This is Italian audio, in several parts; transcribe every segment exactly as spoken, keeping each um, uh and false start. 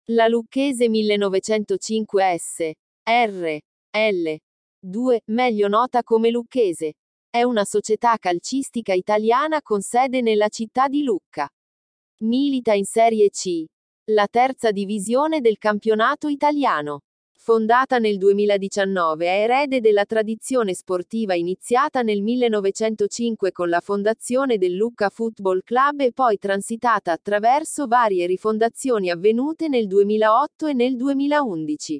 La Lucchese millenovecentocinque S. R. L. due, meglio nota come Lucchese, è una società calcistica italiana con sede nella città di Lucca. Milita in Serie C, la terza divisione del campionato italiano. Fondata nel duemiladiciannove, è erede della tradizione sportiva iniziata nel millenovecentocinque con la fondazione del Lucca Football Club e poi transitata attraverso varie rifondazioni avvenute nel duemilaotto e nel duemilaundici.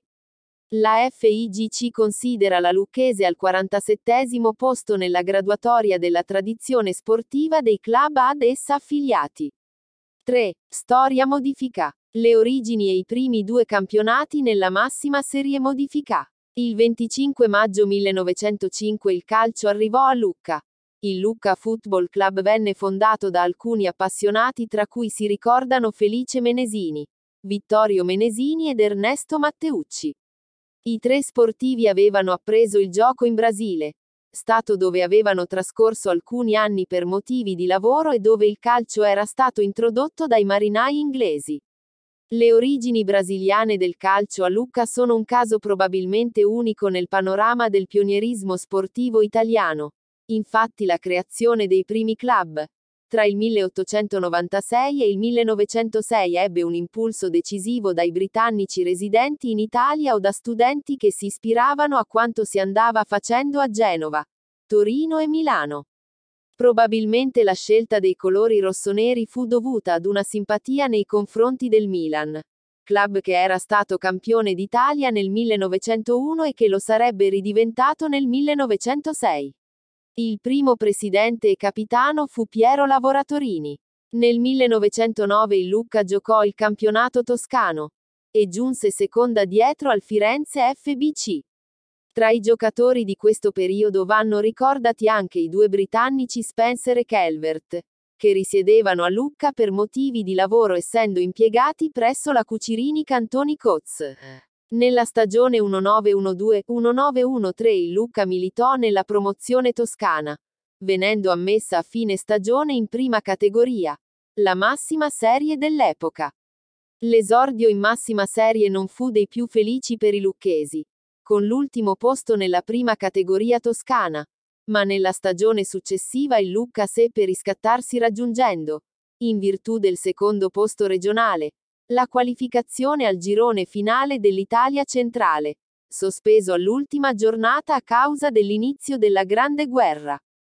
La F I G C considera la Lucchese al quarantasettesimo posto nella graduatoria della tradizione sportiva dei club ad essa affiliati. tre. Storia modifica. Le origini e i primi due campionati nella massima serie modifica. Il venticinque maggio millenovecentocinque il calcio arrivò a Lucca. Il Lucca Football Club venne fondato da alcuni appassionati tra cui si ricordano Felice Menesini, Vittorio Menesini ed Ernesto Matteucci. I tre sportivi avevano appreso il gioco in Brasile, stato dove avevano trascorso alcuni anni per motivi di lavoro e dove il calcio era stato introdotto dai marinai inglesi. Le origini brasiliane del calcio a Lucca sono un caso probabilmente unico nel panorama del pionierismo sportivo italiano. Infatti la creazione dei primi club, tra il milleottocentonovantasei e il millenovecentosei, ebbe un impulso decisivo dai britannici residenti in Italia o da studenti che si ispiravano a quanto si andava facendo a Genova, Torino e Milano. Probabilmente la scelta dei colori rossoneri fu dovuta ad una simpatia nei confronti del Milan, club che era stato campione d'Italia nel millenovecentouno e che lo sarebbe ridiventato nel millenovecentosei. Il primo presidente e capitano fu Piero Lavoratorini. Nel millenovecentonove il Lucca giocò il campionato toscano e giunse seconda dietro al Firenze F B C. Tra i giocatori di questo periodo vanno ricordati anche i due britannici Spencer e Calvert, che risiedevano a Lucca per motivi di lavoro essendo impiegati presso la Cucirini Cantoni Coats. Nella stagione millenovecentododici millenovecentodiciannove il Lucca militò nella promozione toscana, venendo ammessa a fine stagione in prima categoria, la massima serie dell'epoca. L'esordio in massima serie non fu dei più felici per i lucchesi, con l'ultimo posto nella prima categoria toscana, ma nella stagione successiva il Lucca seppe riscattarsi raggiungendo, in virtù del secondo posto regionale, la qualificazione al girone finale dell'Italia centrale, sospeso all'ultima giornata a causa dell'inizio della Grande Guerra.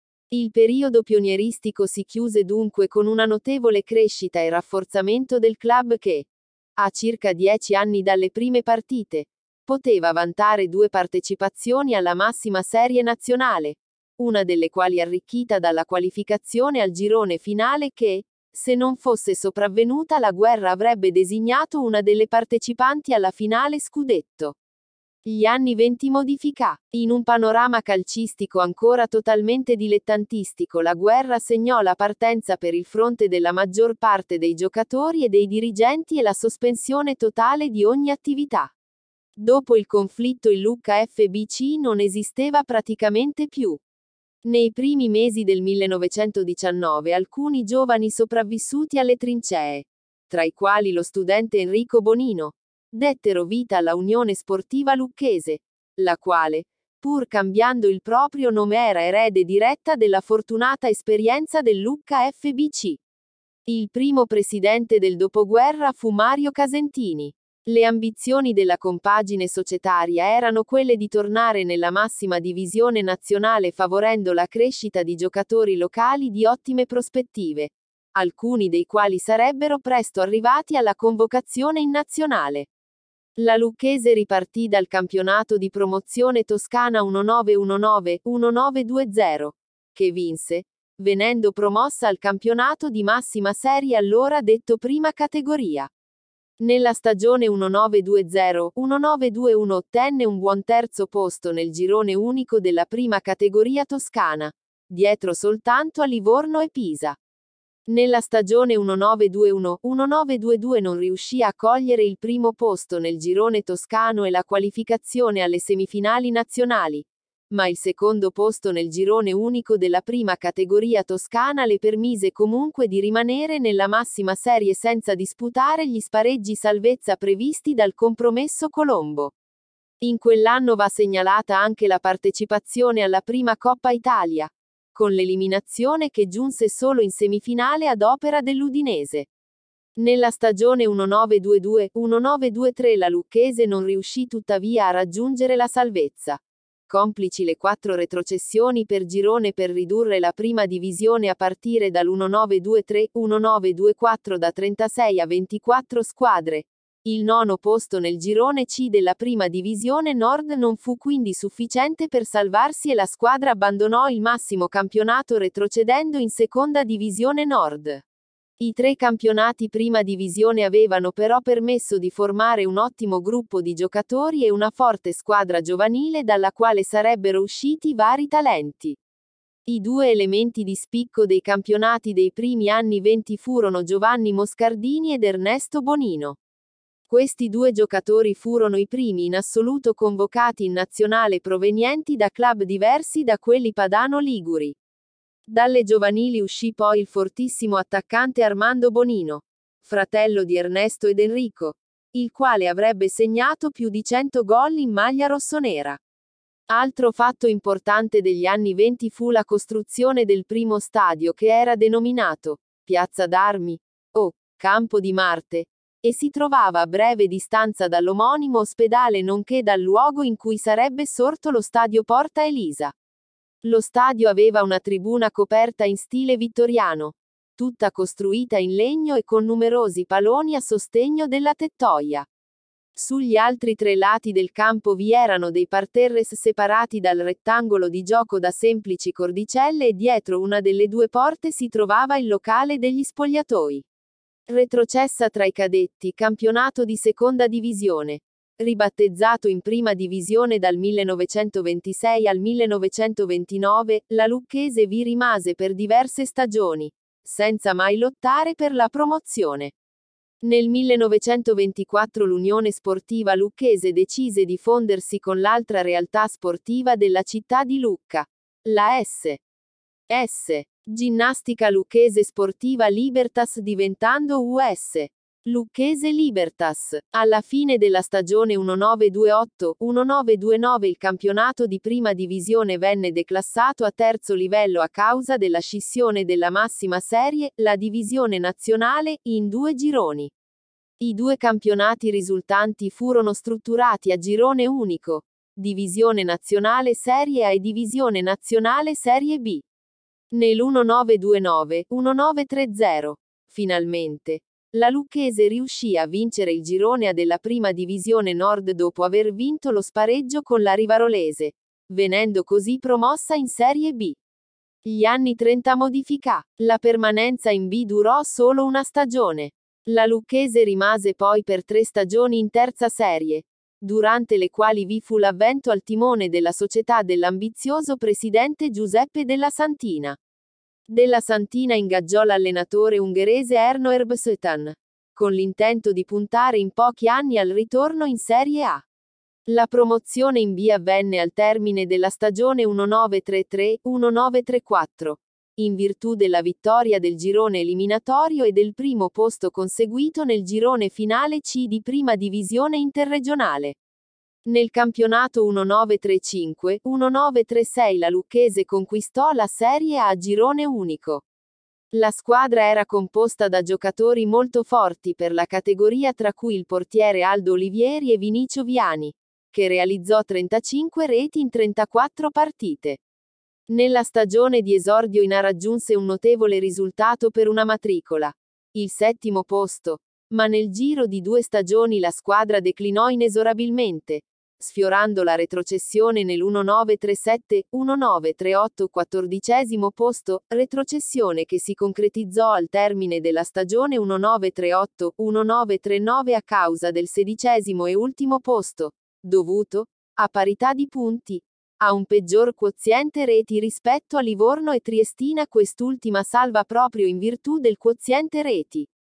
Il periodo pionieristico si chiuse dunque con una notevole crescita e rafforzamento del club che, a circa dieci anni dalle prime partite, poteva vantare due partecipazioni alla massima serie nazionale, una delle quali arricchita dalla qualificazione al girone finale che, se non fosse sopravvenuta la guerra avrebbe designato una delle partecipanti alla finale scudetto. Gli anni venti modificà. In un panorama calcistico ancora totalmente dilettantistico, la guerra segnò la partenza per il fronte della maggior parte dei giocatori e dei dirigenti e la sospensione totale di ogni attività. Dopo il conflitto il Lucca F B C non esisteva praticamente più. Nei primi mesi del millenovecentodiciannove alcuni giovani sopravvissuti alle trincee, tra i quali lo studente Enrico Bonino, dettero vita alla Unione Sportiva Lucchese, la quale, pur cambiando il proprio nome, era erede diretta della fortunata esperienza del Lucca F B C. Il primo presidente del dopoguerra fu Mario Casentini. Le ambizioni della compagine societaria erano quelle di tornare nella massima divisione nazionale favorendo la crescita di giocatori locali di ottime prospettive, alcuni dei quali sarebbero presto arrivati alla convocazione in nazionale. La Lucchese ripartì dal campionato di promozione toscana millenovecentodiciannove millenovecentodiciannove, che vinse, venendo promossa al campionato di massima serie allora detto prima categoria. Nella stagione millenovecentoventi millenovecentventuno ottenne un buon terzo posto nel girone unico della prima categoria toscana, dietro soltanto a Livorno e Pisa. Nella stagione millenovecentventuno millenovecentoventidue non riuscì a cogliere il primo posto nel girone toscano e la qualificazione alle semifinali nazionali, ma il secondo posto nel girone unico della prima categoria toscana le permise comunque di rimanere nella massima serie senza disputare gli spareggi salvezza previsti dal compromesso Colombo. In quell'anno va segnalata anche la partecipazione alla prima Coppa Italia, con l'eliminazione che giunse solo in semifinale ad opera dell'Udinese. Nella stagione millenovecentoventidue millenovecentoventitré la Lucchese non riuscì tuttavia a raggiungere la salvezza. Complici le quattro retrocessioni per girone per ridurre la prima divisione a partire dal millenovecentoventitré millenovecentoventiquattro da trentasei a ventiquattro squadre. Il nono posto nel girone C della prima divisione Nord non fu quindi sufficiente per salvarsi e la squadra abbandonò il massimo campionato retrocedendo in seconda divisione Nord. I tre campionati prima divisione avevano però permesso di formare un ottimo gruppo di giocatori e una forte squadra giovanile dalla quale sarebbero usciti vari talenti. I due elementi di spicco dei campionati dei primi anni venti furono Giovanni Moscardini ed Ernesto Bonino. Questi due giocatori furono i primi in assoluto convocati in nazionale provenienti da club diversi da quelli padano-liguri. Dalle giovanili uscì poi il fortissimo attaccante Armando Bonino, fratello di Ernesto ed Enrico, il quale avrebbe segnato più di cento gol in maglia rossonera. Altro fatto importante degli anni venti fu la costruzione del primo stadio che era denominato Piazza d'Armi o Campo di Marte, e si trovava a breve distanza dall'omonimo ospedale nonché dal luogo in cui sarebbe sorto lo stadio Porta Elisa. Lo stadio aveva una tribuna coperta in stile vittoriano, tutta costruita in legno e con numerosi paloni a sostegno della tettoia. Sugli altri tre lati del campo vi erano dei parterres separati dal rettangolo di gioco da semplici cordicelle e dietro una delle due porte si trovava il locale degli spogliatoi. Retrocessa tra i cadetti, campionato di seconda divisione. Ribattezzato in prima divisione dal millenovecentoventisei al millenovecentoventinove, la Lucchese vi rimase per diverse stagioni, senza mai lottare per la promozione. Nel millenovecentoventiquattro l'Unione Sportiva Lucchese decise di fondersi con l'altra realtà sportiva della città di Lucca, la S. S. Ginnastica Lucchese Sportiva Libertas diventando U S. Lucchese Libertas. Alla fine della stagione millenovecentoventotto millenovecentonove il campionato di prima divisione venne declassato a terzo livello a causa della scissione della massima serie, la divisione nazionale, in due gironi. I due campionati risultanti furono strutturati a girone unico, divisione nazionale Serie A e divisione nazionale Serie B. Nel millenovecentoventinove millenovecentotrenta, finalmente, la Lucchese riuscì a vincere il girone A della prima divisione Nord dopo aver vinto lo spareggio con la Rivarolese, venendo così promossa in Serie B. Gli anni trenta modificà. La permanenza in B durò solo una stagione. La Lucchese rimase poi per tre stagioni in terza serie, durante le quali vi fu l'avvento al timone della società dell'ambizioso presidente Giuseppe Della Santina. Della Santina ingaggiò l'allenatore ungherese Erno Erbsötan, con l'intento di puntare in pochi anni al ritorno in Serie A. La promozione in B avvenne al termine della stagione millenovecentotrentatré millenovecentotrentaquattro, in virtù della vittoria del girone eliminatorio e del primo posto conseguito nel girone finale C di prima divisione interregionale. Nel campionato millenovecentotrentacinque millenovecentotrentasei la Lucchese conquistò la Serie A a girone unico. La squadra era composta da giocatori molto forti per la categoria tra cui il portiere Aldo Olivieri e Vinicio Viani, che realizzò trentacinque reti in trentaquattro partite. Nella stagione di esordio in A raggiunse un notevole risultato per una matricola, il settimo posto, ma nel giro di due stagioni la squadra declinò inesorabilmente, sfiorando la retrocessione nel millenovecentotrentasette millenovecentotrentotto quattordicesimo posto, retrocessione che si concretizzò al termine della stagione millenovecentotrentotto millenovecentontantanove a causa del sedicesimo e ultimo posto, dovuto, a parità di punti, a un peggior quoziente reti rispetto a Livorno e Triestina, quest'ultima salva proprio in virtù del quoziente reti.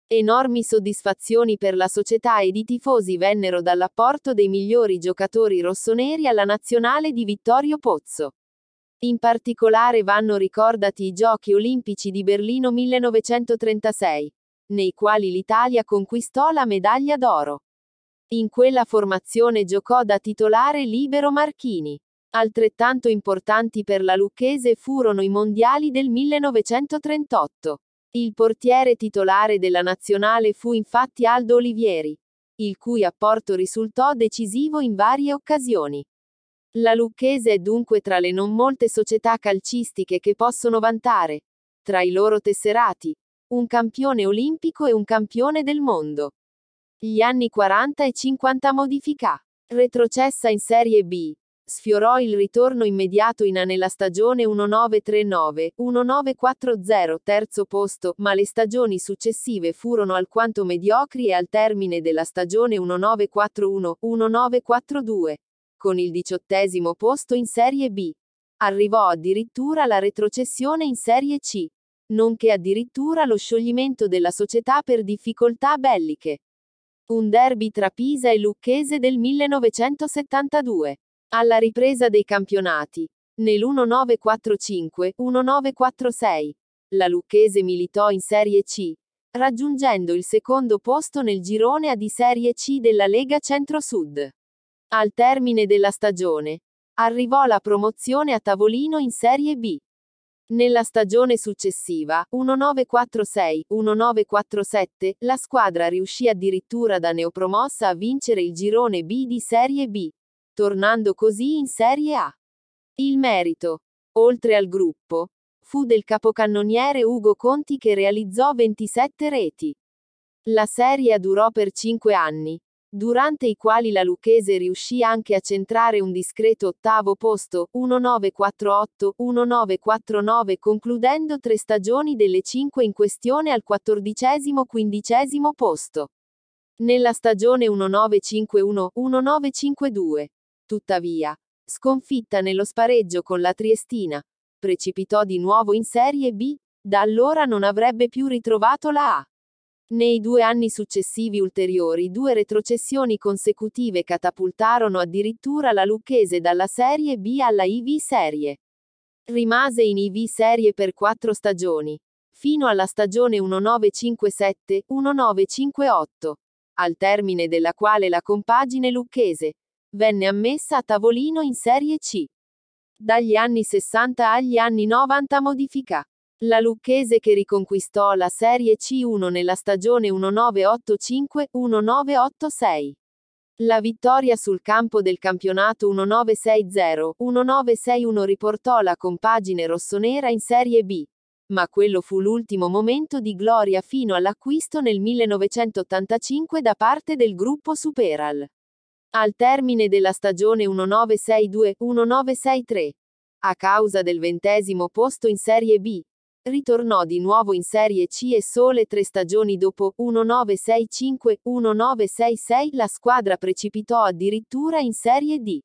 Enormi soddisfazioni per la società ed i tifosi vennero dall'apporto dei migliori giocatori rossoneri alla nazionale di Vittorio Pozzo. In particolare vanno ricordati i Giochi Olimpici di Berlino millenovecentotrentasei, nei quali l'Italia conquistò la medaglia d'oro. In quella formazione giocò da titolare libero Marchini. Altrettanto importanti per la lucchese furono i mondiali del millenovecentotrentotto. Il portiere titolare della nazionale fu infatti Aldo Olivieri, il cui apporto risultò decisivo in varie occasioni. La lucchese è dunque tra le non molte società calcistiche che possono vantare, tra i loro tesserati, un campione olimpico e un campione del mondo. Gli anni quaranta e cinquanta modificà. Retrocessa in Serie B. Sfiorò il ritorno immediato in A nella stagione millenovecentotrentanove millenovecentoquaranta, terzo posto, ma le stagioni successive furono alquanto mediocri e al termine della stagione millenovecentoquarantuno millenovecentoquarantadue, con il diciottesimo posto in Serie B, arrivò addirittura la retrocessione in Serie C, nonché addirittura lo scioglimento della società per difficoltà belliche. Un derby tra Pisa e Lucchese del millenovecentosettantadue. Alla ripresa dei campionati, nel millenovecentoquarantacinque millenovecentoquarantasei, la Lucchese militò in Serie C, raggiungendo il secondo posto nel girone A di Serie C della Lega Centro-Sud. Al termine della stagione, arrivò la promozione a tavolino in Serie B. Nella stagione successiva, millenovecentoquarantasei millenovecentoquarantasette, la squadra riuscì addirittura da neopromossa a vincere il girone B di Serie B, tornando così in Serie A. Il merito, oltre al gruppo, fu del capocannoniere Ugo Conti che realizzò ventisette reti. La Serie A durò per cinque anni, durante i quali la lucchese riuscì anche a centrare un discreto ottavo posto, millenovecentoquarantotto millenovecentoquarantanove, concludendo tre stagioni delle cinque in questione al quattordicesimo-quindicesimo posto. Nella stagione millenovecentocinquantuno millenovecentocinquantadue, tuttavia, sconfitta nello spareggio con la Triestina, precipitò di nuovo in Serie B, da allora non avrebbe più ritrovato la A. Nei due anni successivi ulteriori due retrocessioni consecutive catapultarono addirittura la lucchese dalla Serie B alla I V Serie. Rimase in I V Serie per quattro stagioni, fino alla stagione millenovecentocinquantasette millenovecentocinquantotto, al termine della quale la compagine lucchese venne ammessa a tavolino in Serie C. Dagli anni sessanta agli anni novanta modifica. La lucchese che riconquistò la Serie C uno nella stagione millenovecentoottantacinque millenovecentoottantasei. La vittoria sul campo del campionato millenovecentossanta millenovecentosentuno riportò la compagine rossonera in Serie B, ma quello fu l'ultimo momento di gloria fino all'acquisto nel millenovecentottantacinque da parte del gruppo Superal. Al termine della stagione millenovecentosettantadue millenovecentosettantatré, a causa del ventesimo posto in Serie B, ritornò di nuovo in Serie C e sole tre stagioni dopo, millenovecentosettantacinque millenovecentosettantasei, la squadra precipitò addirittura in Serie D.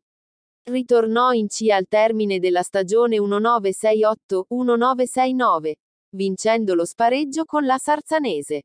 Ritornò in C al termine della stagione millenovecentosettantotto millenovecentosettantanove, vincendo lo spareggio con la Sarzanese.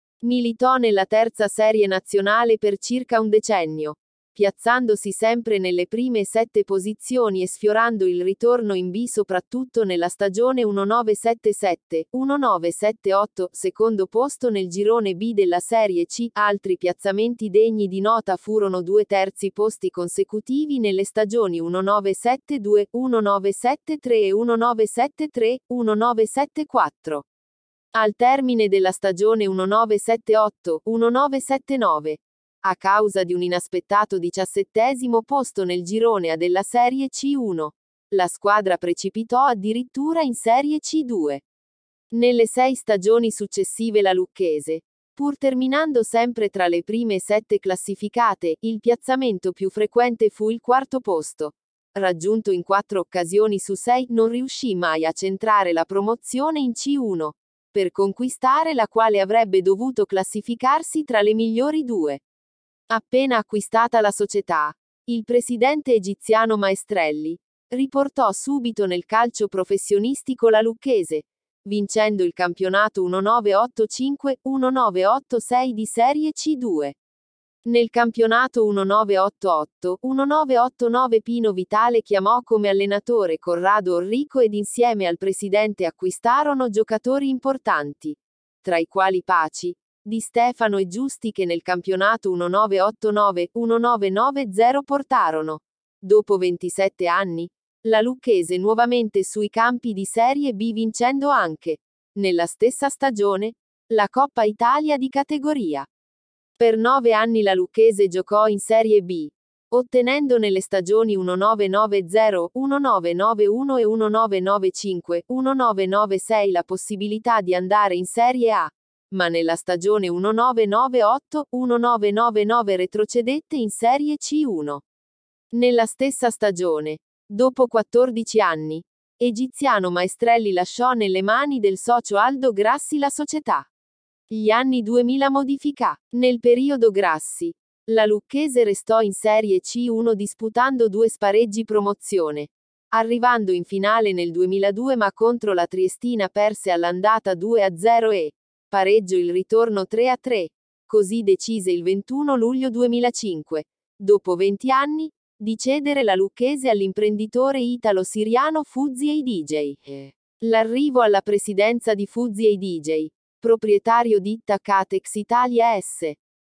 Militò nella terza serie nazionale per circa un decennio, piazzandosi sempre nelle prime sette posizioni e sfiorando il ritorno in B soprattutto nella stagione millenovecentosettantasette millenovecentosettantotto, secondo posto nel girone B della Serie C. Altri piazzamenti degni di nota furono due terzi posti consecutivi nelle stagioni millenovecentosettantadue millenovecentosettantatré e millenovecentosettantatré millenovecentosettantaquattro. Al termine della stagione millenovecentosettantotto millenovecentonovantanove, a causa di un inaspettato diciassettesimo posto nel girone A della Serie C uno, la squadra precipitò addirittura in Serie C due. Nelle sei stagioni successive la lucchese, pur terminando sempre tra le prime sette classificate, il piazzamento più frequente fu il quarto posto. Raggiunto in quattro occasioni su sei, non riuscì mai a centrare la promozione in C uno, per conquistare la quale avrebbe dovuto classificarsi tra le migliori due. Appena acquistata la società, il presidente egiziano Maestrelli riportò subito nel calcio professionistico la lucchese, vincendo il campionato millenovecentoottantacinque millenovecentoottantasei di Serie C due. Nel campionato millenovecentottantotto millenovecentoottantanove Pino Vitale chiamò come allenatore Corrado Orrico ed insieme al presidente acquistarono giocatori importanti, tra i quali Paci, Di Stefano e Giusti che nel campionato millenovecentoottantanove millenovecentonovanta portarono, dopo ventisette anni, la Lucchese nuovamente sui campi di Serie B vincendo anche, nella stessa stagione, la Coppa Italia di categoria. Per nove anni la Lucchese giocò in Serie B, ottenendo nelle stagioni millenovecentonovanta, millenovecentonovantuno e millenovecentonovantacinque, millenovecentonovantasei la possibilità di andare in Serie A, ma nella stagione millenovecentonovantotto millenovecentonovantanove retrocedette in Serie C uno. Nella stessa stagione, dopo quattordici anni, Egiziano Maestrelli lasciò nelle mani del socio Aldo Grassi la società. Gli anni duemila modifica. Nel periodo Grassi, la Lucchese restò in Serie C uno disputando due spareggi promozione, arrivando in finale nel duemiladue ma contro la Triestina perse all'andata due a zero e pareggio il ritorno tre a tre, così decise il ventuno luglio duemilacinque, dopo venti anni, di cedere la Lucchese all'imprenditore italo-siriano Fuzzi e D J. L'arrivo alla presidenza di Fuzzi e D J, proprietario ditta Catex Italia S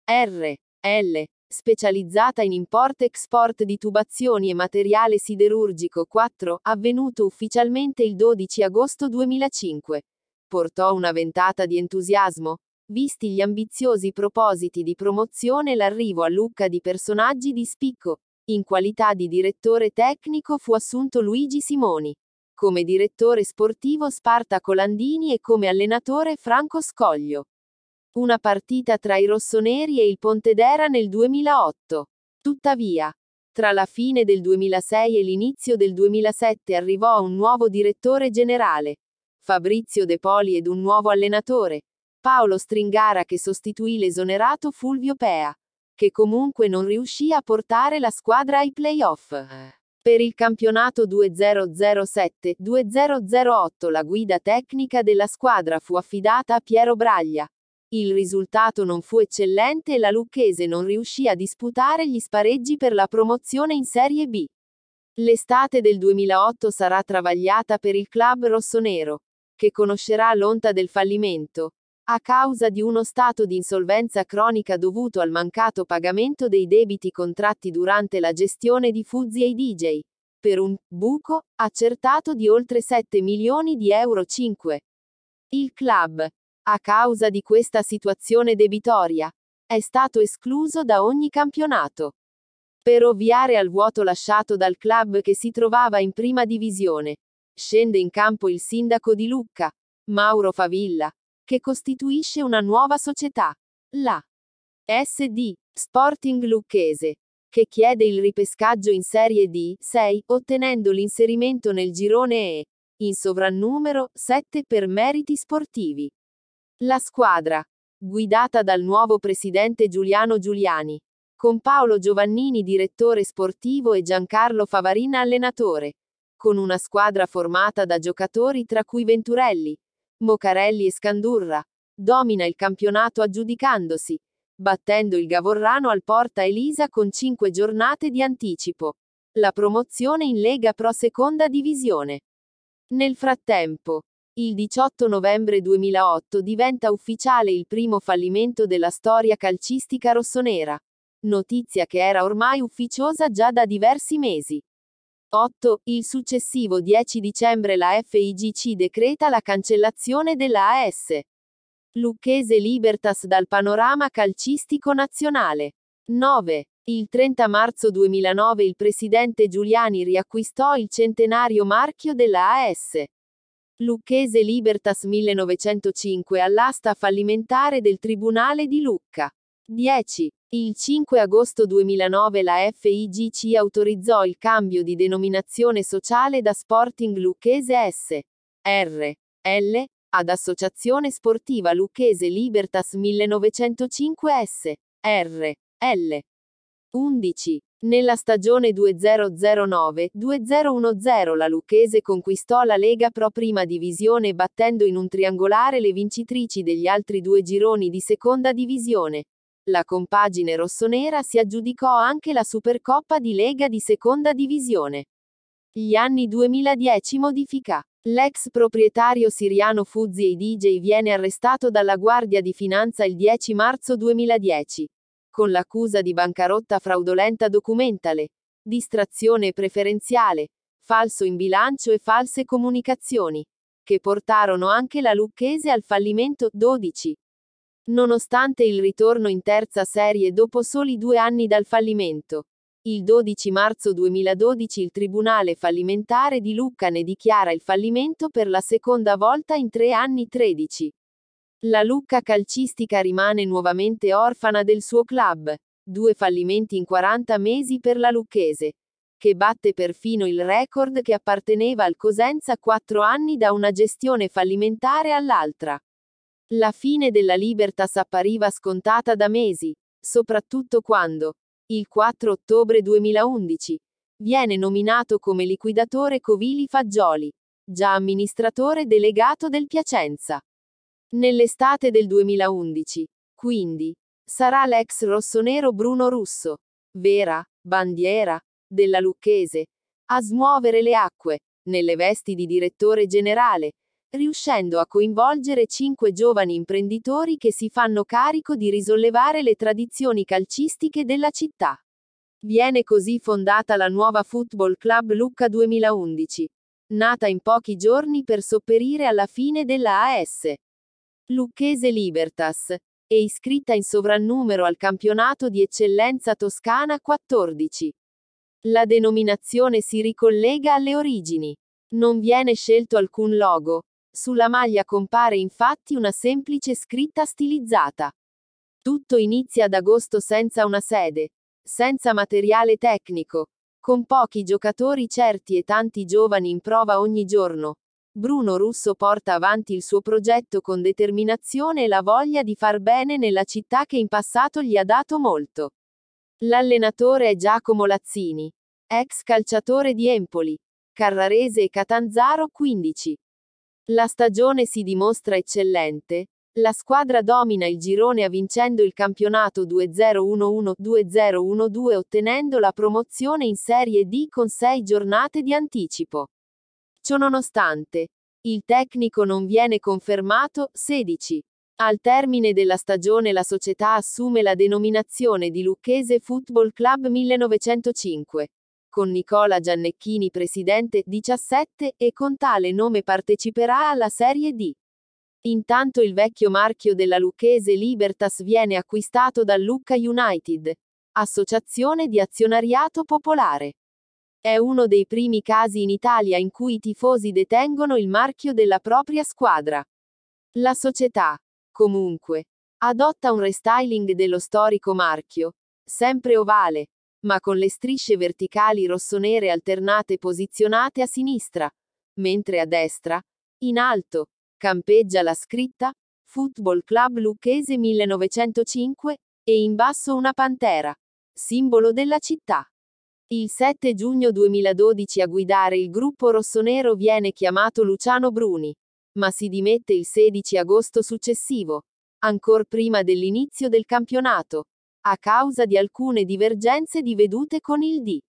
R L, specializzata in import-export di tubazioni e materiale siderurgico quattro, avvenuto ufficialmente il dodici agosto duemilacinque, portò una ventata di entusiasmo, visti gli ambiziosi propositi di promozione e l'arrivo a Lucca di personaggi di spicco. In qualità di direttore tecnico fu assunto Luigi Simoni. Come direttore sportivo Spartaco Landini e come allenatore Franco Scoglio. Una partita tra i rossoneri e il Pontedera nel duemilaotto. Tuttavia, tra la fine del duemilasei e l'inizio del duemilasette arrivò un nuovo direttore generale, Fabrizio De Poli, ed un nuovo allenatore, Paolo Stringara, che sostituì l'esonerato Fulvio Pea, che comunque non riuscì a portare la squadra ai playoff. Per il campionato duemilasette duemilaotto la guida tecnica della squadra fu affidata a Piero Braglia. Il risultato non fu eccellente e la Lucchese non riuscì a disputare gli spareggi per la promozione in Serie B. L'estate del duemilaotto sarà travagliata per il club rossonero, che conoscerà l'onta del fallimento, a causa di uno stato di insolvenza cronica dovuto al mancato pagamento dei debiti contratti durante la gestione di Fuzzi e D J, per un buco accertato di oltre sette milioni di euro. cinque. Il club, a causa di questa situazione debitoria, è stato escluso da ogni campionato. Per ovviare al vuoto lasciato dal club che si trovava in prima divisione, scende in campo il sindaco di Lucca, Mauro Favilla, che costituisce una nuova società, la S D Sporting Lucchese, che chiede il ripescaggio in Serie D sei, ottenendo l'inserimento nel girone E, in sovrannumero sette per meriti sportivi. La squadra, guidata dal nuovo presidente Giuliano Giuliani, con Paolo Giovannini direttore sportivo e Giancarlo Favarin allenatore, con una squadra formata da giocatori tra cui Venturelli, Mocarelli e Scandurra, domina il campionato aggiudicandosi, battendo il Gavorrano al Porta Elisa con cinque giornate di anticipo, la promozione in Lega Pro Seconda Divisione. Nel frattempo, il diciotto novembre duemilaotto diventa ufficiale il primo fallimento della storia calcistica rossonera, notizia che era ormai ufficiosa già da diversi mesi. otto. Il successivo dieci dicembre la F I G C decreta la cancellazione della A S Lucchese Libertas dal panorama calcistico nazionale. nove. Il trenta marzo duemilanove il presidente Giuliani riacquistò il centenario marchio della A S Lucchese Libertas millenovecentocinque all'asta fallimentare del Tribunale di Lucca. dieci. Il cinque agosto duemilanove la F I G C autorizzò il cambio di denominazione sociale da Sporting Lucchese S R L ad Associazione Sportiva Lucchese Libertas millenovecentocinque S R L. undici. Nella stagione duemilanove duemiladodici la Lucchese conquistò la Lega Pro Prima Divisione battendo in un triangolare le vincitrici degli altri due gironi di Seconda Divisione. La compagine rossonera si aggiudicò anche la Supercoppa di Lega di Seconda Divisione. Gli anni duemiladieci modifica. L'ex proprietario siriano Fuzzi e D J viene arrestato dalla Guardia di Finanza il dieci marzo duemiladieci. Con l'accusa di bancarotta fraudolenta documentale, distrazione preferenziale, falso in bilancio e false comunicazioni, che portarono anche la Lucchese al fallimento. dodici. Nonostante il ritorno in terza serie dopo soli due anni dal fallimento, il dodici marzo duemiladodici il Tribunale fallimentare di Lucca ne dichiara il fallimento per la seconda volta in tre anni. tredici. La Lucca calcistica rimane nuovamente orfana del suo club. Due fallimenti in quaranta mesi per la Lucchese, che batte perfino il record che apparteneva al Cosenza quattro anni da una gestione fallimentare all'altra. La fine della Libertas appariva scontata da mesi, soprattutto quando, il quattro ottobre duemilaundici, viene nominato come liquidatore Covili Fagioli, già amministratore delegato del Piacenza. Nell'estate del duemilaundici, quindi, sarà l'ex rossonero Bruno Russo, vera bandiera della Lucchese, a smuovere le acque, nelle vesti di direttore generale, riuscendo a coinvolgere cinque giovani imprenditori che si fanno carico di risollevare le tradizioni calcistiche della città. Viene così fondata la nuova Football Club Lucca duemilaundici, nata in pochi giorni per sopperire alla fine della A S. Lucchese Libertas, è iscritta in sovrannumero al campionato di eccellenza toscana quattordici. La denominazione si ricollega alle origini. Non viene scelto alcun logo. Sulla maglia compare infatti una semplice scritta stilizzata. Tutto inizia ad agosto senza una sede, senza materiale tecnico, con pochi giocatori certi e tanti giovani in prova ogni giorno. Bruno Russo porta avanti il suo progetto con determinazione e la voglia di far bene nella città che in passato gli ha dato molto. L'allenatore è Giacomo Lazzini, ex calciatore di Empoli, Carrarese e Catanzaro quindici. La stagione si dimostra eccellente, la squadra domina il girone vincendo il campionato duemilaundici duemiladodici ottenendo la promozione in Serie D con sei giornate di anticipo. Ciononostante, il tecnico non viene confermato. sedici. Al termine della stagione la società assume la denominazione di Lucchese Football Club millenovecentocinque, con Nicola Giannecchini presidente. diciassette, e con tale nome parteciperà alla Serie D. Intanto il vecchio marchio della Lucchese Libertas viene acquistato dal Lucca United, associazione di azionariato popolare. È uno dei primi casi in Italia in cui i tifosi detengono il marchio della propria squadra. La società, comunque, adotta un restyling dello storico marchio, sempre ovale, ma con le strisce verticali rossonere alternate posizionate a sinistra, mentre a destra, in alto, campeggia la scritta Football Club Lucchese millenovecentocinque, e in basso una pantera, simbolo della città. Il sette giugno duemiladodici a guidare il gruppo rossonero viene chiamato Luciano Bruni, ma si dimette il sedici agosto successivo, ancor prima dell'inizio del campionato, a causa di alcune divergenze di vedute con il D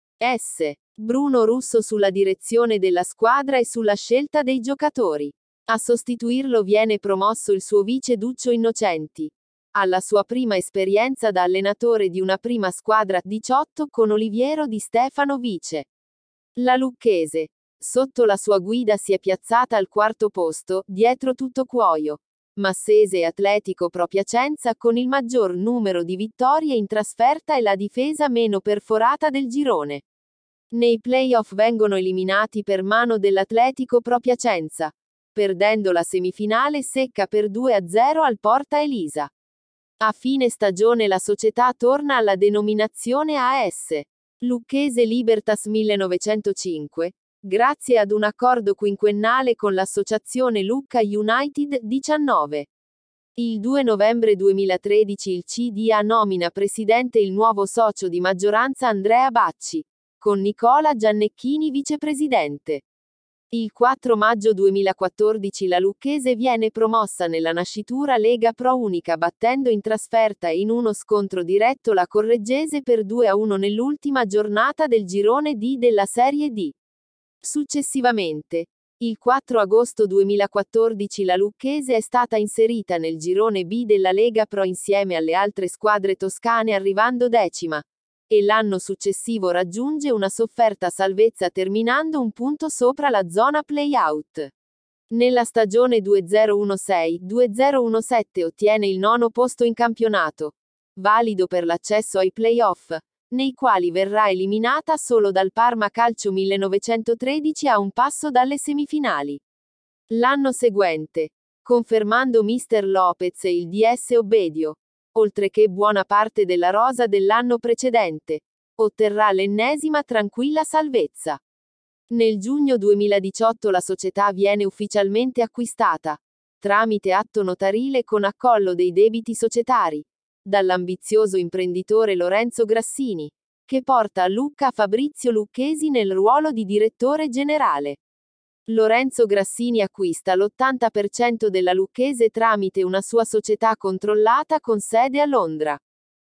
S Bruno Russo sulla direzione della squadra e sulla scelta dei giocatori. A sostituirlo viene promosso il suo vice Duccio Innocenti, alla sua prima esperienza da allenatore di una prima squadra diciotto con Oliviero Di Stefano vice. La Lucchese, sotto la sua guida si è piazzata al quarto posto, dietro Tuttocuoio, Massese e Atletico Pro Piacenza con il maggior numero di vittorie in trasferta e la difesa meno perforata del girone. Nei play-off vengono eliminati per mano dell'Atletico Pro Piacenza, perdendo la semifinale secca per due a zero al Porta Elisa. A fine stagione la società torna alla denominazione A S. Lucchese Libertas millenovecentocinque, grazie ad un accordo quinquennale con l'associazione Lucca United diciannove. Il due novembre duemilatredici il C D A nomina presidente il nuovo socio di maggioranza Andrea Bacci, con Nicola Giannecchini vicepresidente. Il quattro maggio duemilaquattordici la Lucchese viene promossa nella nascitura Lega Pro Unica battendo in trasferta e in uno scontro diretto la Correggese per due a uno nell'ultima giornata del girone D della Serie D. Successivamente, il quattro agosto duemilaquattordici la Lucchese è stata inserita nel girone B della Lega Pro insieme alle altre squadre toscane arrivando decima, e l'anno successivo raggiunge una sofferta salvezza terminando un punto sopra la zona play-out. Nella stagione duemiladiciassette duemiladiciassette ottiene il nono posto in campionato, valido per l'accesso ai play-off, nei quali verrà eliminata solo dal Parma Calcio millenovecentotredici a un passo dalle semifinali. L'anno seguente, confermando mister Lopez e il D S Obedio, oltre che buona parte della rosa dell'anno precedente, otterrà l'ennesima tranquilla salvezza. Nel giugno duemiladiciotto la società viene ufficialmente acquistata, tramite atto notarile con accollo dei debiti societari, dall'ambizioso imprenditore Lorenzo Grassini, che porta a Lucca Fabrizio Lucchesi nel ruolo di direttore generale. Lorenzo Grassini acquista l'ottanta per cento della Lucchese tramite una sua società controllata con sede a Londra.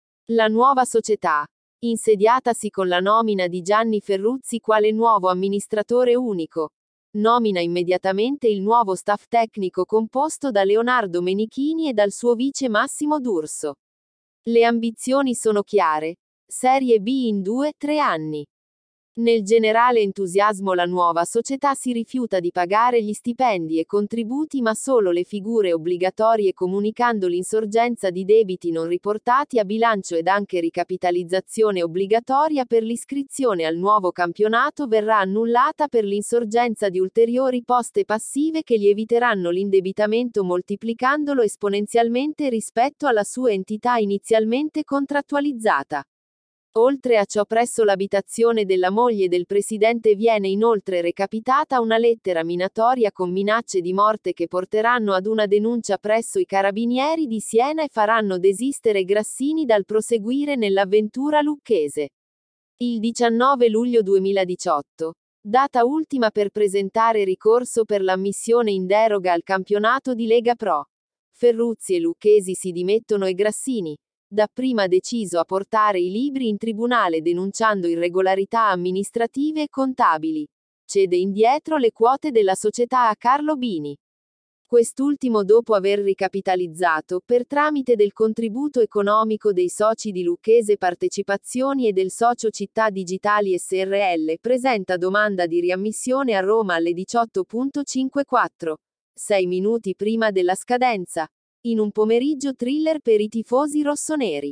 La nuova società, insediatasi con la nomina di Gianni Ferruzzi quale nuovo amministratore unico, nomina immediatamente il nuovo staff tecnico composto da Leonardo Menichini e dal suo vice Massimo D'Urso. Le ambizioni sono chiare: Serie B in due tre anni. Nel generale entusiasmo la nuova società si rifiuta di pagare gli stipendi e contributi ma solo le figure obbligatorie comunicando l'insorgenza di debiti non riportati a bilancio ed anche ricapitalizzazione obbligatoria per l'iscrizione al nuovo campionato verrà annullata per l'insorgenza di ulteriori poste passive che lieviteranno l'indebitamento moltiplicandolo esponenzialmente rispetto alla sua entità inizialmente contrattualizzata. Oltre a ciò presso l'abitazione della moglie del presidente viene inoltre recapitata una lettera minatoria con minacce di morte che porteranno ad una denuncia presso i carabinieri di Siena e faranno desistere Grassini dal proseguire nell'avventura lucchese. Il diciannove luglio duemiladiciotto, data ultima per presentare ricorso per l'ammissione in deroga al campionato di Lega Pro. Ferruzzi e Lucchesi si dimettono e Grassini, dapprima deciso a portare i libri in tribunale denunciando irregolarità amministrative e contabili, cede indietro le quote della società a Carlo Bini. Quest'ultimo dopo aver ricapitalizzato, per tramite del contributo economico dei soci di Lucchese Partecipazioni e del socio Città Digitali S R L, presenta domanda di riammissione a Roma alle diciotto e cinquantaquattro, sei minuti prima della scadenza, in un pomeriggio thriller per i tifosi rossoneri.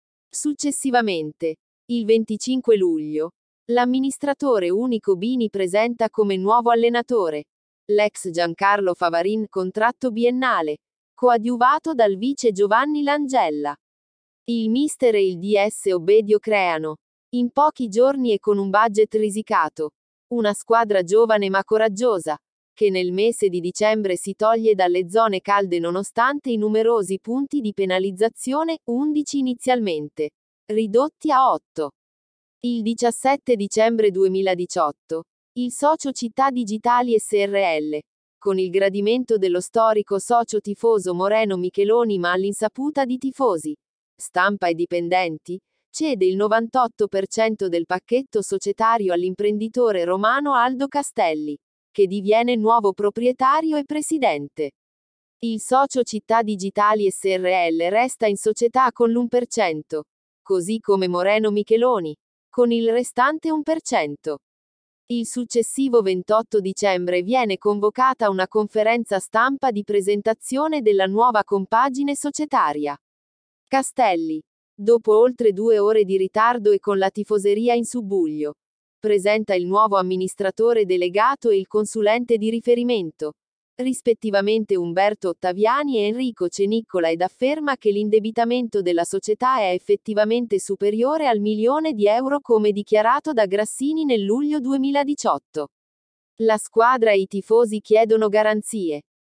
Successivamente, il venticinque luglio, l'amministratore unico Bini presenta come nuovo allenatore l'ex Giancarlo Favarin, contratto biennale, coadiuvato dal vice Giovanni Langella. Il mister e il D S Obedio creano, in pochi giorni e con un budget risicato, una squadra giovane ma coraggiosa, che nel mese di dicembre si toglie dalle zone calde nonostante i numerosi punti di penalizzazione, undici inizialmente, ridotti a otto. Il diciassette dicembre duemiladiciotto, il socio Città Digitali S R L, con il gradimento dello storico socio tifoso Moreno Micheloni ma all'insaputa di tifosi, stampa e dipendenti, cede il novantotto per cento del pacchetto societario all'imprenditore romano Aldo Castelli, che diviene nuovo proprietario e presidente. Il socio Città Digitali S R L resta in società con l'uno per cento, così come Moreno Micheloni, con il restante uno per cento. Il successivo ventotto dicembre viene convocata una conferenza stampa di presentazione della nuova compagine societaria. Castelli, dopo oltre due ore di ritardo e con la tifoseria in subbuglio, presenta il nuovo amministratore delegato e il consulente di riferimento, rispettivamente Umberto Ottaviani e Enrico Ceniccola, ed afferma che l'indebitamento della società è effettivamente superiore al milione di euro come dichiarato da Grassini nel luglio duemiladiciotto. La squadra e i tifosi chiedono garanzie.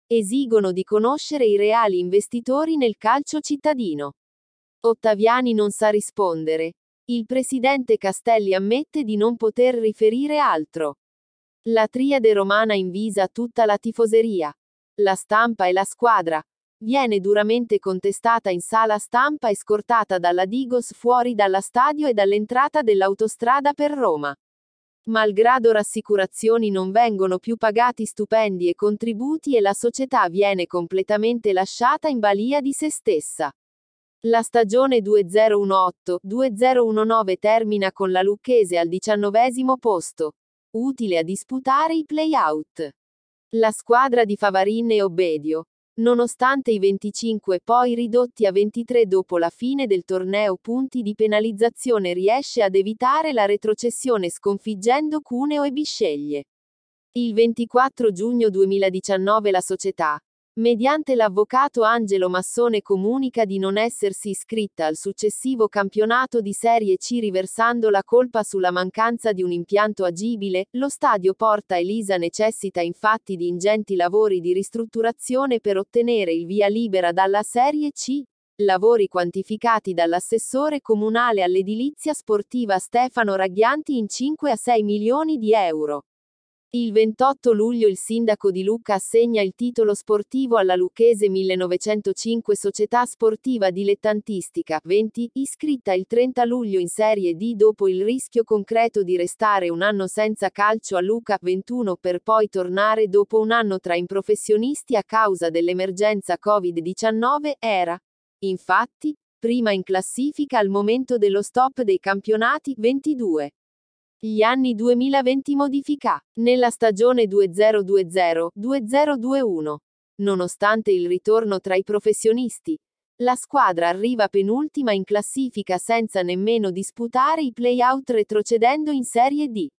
Esigono di conoscere i reali investitori nel calcio cittadino. Ottaviani non sa rispondere. Il presidente Castelli ammette di non poter riferire altro. La triade romana invisa tutta la tifoseria. La stampa e la squadra. Viene duramente contestata in sala stampa e scortata dalla Digos fuori dalla stadio e dall'entrata dell'autostrada per Roma. Malgrado rassicurazioni non vengono più pagati stipendi e contributi e la società viene completamente lasciata in balia di se stessa. La stagione duemiladiciotto duemiladiciannove termina con la Lucchese al diciannovesimo posto, utile a disputare i play-out. La squadra di Favarin e Obbedio, nonostante i venticinque poi ridotti a ventitré dopo la fine del torneo punti di penalizzazione, riesce ad evitare la retrocessione sconfiggendo Cuneo e Bisceglie. Il ventiquattro giugno duemiladiciannove la società, mediante l'avvocato Angelo Massone, comunica di non essersi iscritta al successivo campionato di Serie C riversando la colpa sulla mancanza di un impianto agibile. Lo stadio Porta Elisa necessita infatti di ingenti lavori di ristrutturazione per ottenere il via libera dalla Serie C, lavori quantificati dall'assessore comunale all'edilizia sportiva Stefano Raghianti in cinque a sei milioni di euro. Il ventotto luglio il sindaco di Lucca assegna il titolo sportivo alla Lucchese millenovecentocinque Società Sportiva Dilettantistica, venti, iscritta il trenta luglio in Serie D dopo il rischio concreto di restare un anno senza calcio a Lucca, ventuno per poi tornare dopo un anno tra improfessionisti a causa dell'emergenza covid diciannove, era, infatti, prima in classifica al momento dello stop dei campionati, ventidue. Gli anni duemilaventi modifica. Nella stagione duemilaventi duemilaventuno. Nonostante il ritorno tra i professionisti, la squadra arriva penultima in classifica senza nemmeno disputare i play-out retrocedendo in Serie D.